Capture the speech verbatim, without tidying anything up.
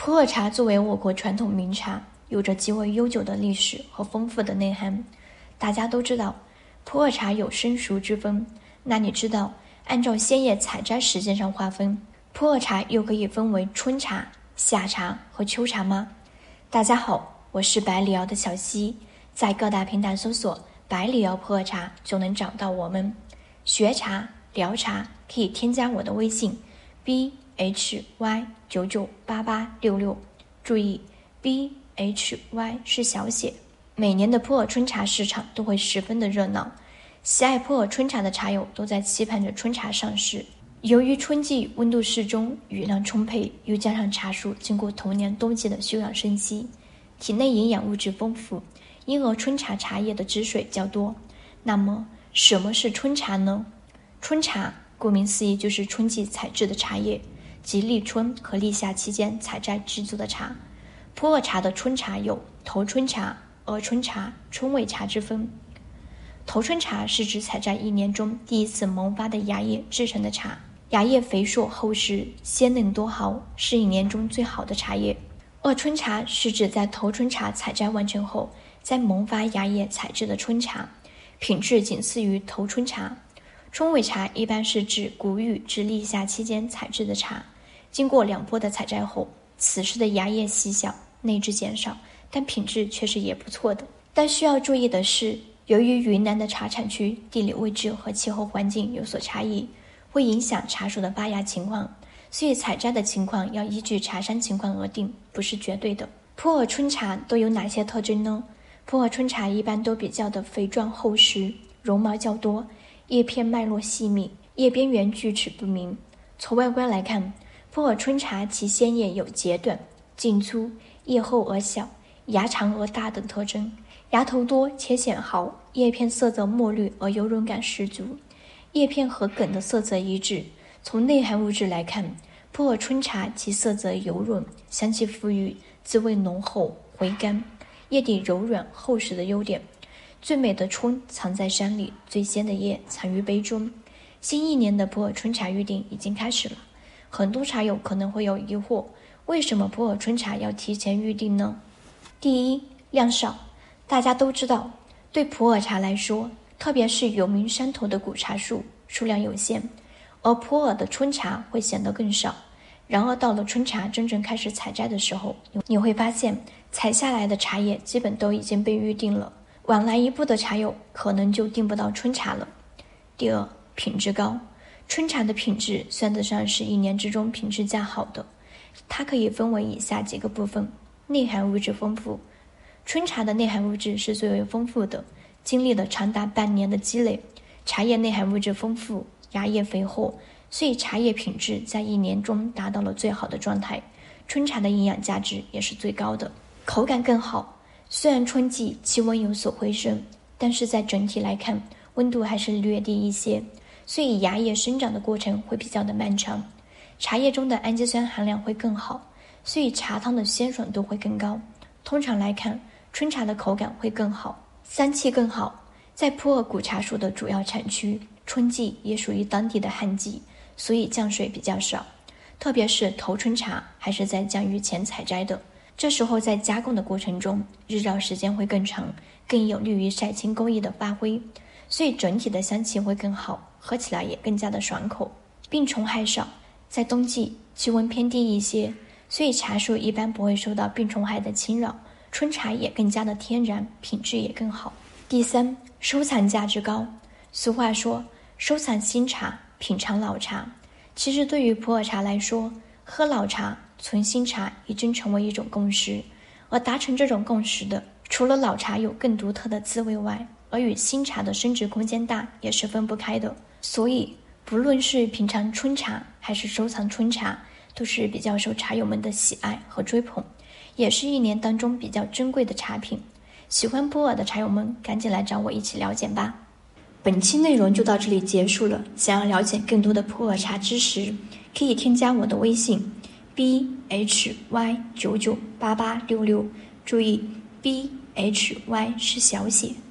普洱茶作为我国传统名茶，有着极为悠久的历史和丰富的内涵。大家都知道，普洱茶有生熟之分。那你知道，按照鲜叶采摘时间上划分，普洱茶又可以分为春茶、夏茶和秋茶吗？大家好，我是百里瑶的小溪，在各大平台搜索百里瑶普洱茶就能找到我们。学茶聊茶可以添加我的微信 b h y 九九八八六六，注意 b h y 是小写。每年的普洱春茶市场都会十分的热闹，喜爱普洱春茶的茶友都在期盼着春茶上市。由于春季温度适中，雨量充沛，又加上茶树经过头年冬季的休养生息，体内营养物质丰富，因而春茶茶叶的汁水较多。那么什么是春茶呢？春茶顾名思义就是春季采制的茶叶，即立春和立夏期间采摘制作的茶。普洱茶的春茶有头春茶、额春茶、春尾茶之分。头春茶是指采摘一年中第一次萌发的芽叶制成的茶，芽叶肥硕厚实，鲜嫩多毫，是一年中最好的茶叶。额春茶是指在头春茶采摘完成后，再萌发芽叶采制的春茶，品质仅次于头春茶。春尾茶一般是指谷雨至立夏期间采制的茶，经过两波的采摘后，此时的芽叶细小，内质减少，但品质确实也不错的。但需要注意的是，由于云南的茶产区地理位置和气候环境有所差异，会影响茶树的发芽情况，所以采摘的情况要依据茶山情况而定，不是绝对的。普洱春茶都有哪些特征呢？普洱春茶一般都比较的肥壮厚实，绒毛较多，叶片脉络细密，叶边缘锯齿不明。从外观来看，普洱春茶其鲜叶有节短、茎粗、叶厚而小、芽长而大等特征，芽头多且显毫，叶片色泽墨绿而油润感十足，叶片和梗的色泽一致。从内含物质来看，普洱春茶其色泽油润，香气馥郁，滋味浓厚回甘，叶底柔软厚实的优点。最美的春藏在山里，最鲜的叶藏于杯中。新一年的普洱春茶预订已经开始了，很多茶友可能会有疑惑，为什么普洱春茶要提前预订呢？第一，量少。大家都知道，对普洱茶来说，特别是有名山头的古茶树数量有限，而普洱的春茶会显得更少。然而到了春茶真正开始采摘的时候，你会发现采下来的茶叶基本都已经被预定了，晚来一步的茶友可能就订不到春茶了。第二，品质高。春茶的品质算得上是一年之中品质较好的，它可以分为以下几个部分。内含物质丰富。春茶的内含物质是最为丰富的，经历了长达半年的积累，茶叶内含物质丰富，芽叶肥厚，所以茶叶品质在一年中达到了最好的状态。春茶的营养价值也是最高的，口感更好。虽然春季气温有所回升，但是在整体来看，温度还是略低一些，所以芽叶生长的过程会比较的漫长，茶叶中的氨基酸含量会更好，所以茶汤的鲜爽度会更高。通常来看，春茶的口感会更好，香气更好。在普洱古茶树的主要产区，春季也属于当地的旱季，所以降水比较少，特别是头春茶还是在降雨前采摘的，这时候在加工的过程中，日照时间会更长，更有利于晒青工艺的发挥，所以整体的香气会更好，喝起来也更加的爽口。病虫害少，在冬季气温偏低一些，所以茶树一般不会受到病虫害的侵扰，春茶也更加的天然，品质也更好。第三，收藏价值高。俗话说，收藏新茶，品尝老茶。其实对于普洱茶来说，喝老茶、存新茶已经成为一种共识，而达成这种共识的，除了老茶有更独特的滋味外，而与新茶的升值空间大也是分不开的。所以不论是品尝春茶还是收藏春茶，都是比较受茶友们的喜爱和追捧，也是一年当中比较珍贵的茶品。喜欢普洱的茶友们赶紧来找我一起了解吧。本期内容就到这里结束了，想要了解更多的普洱茶知识，可以添加我的微信 b h y 九九八八六六，注意 b h y 是小写。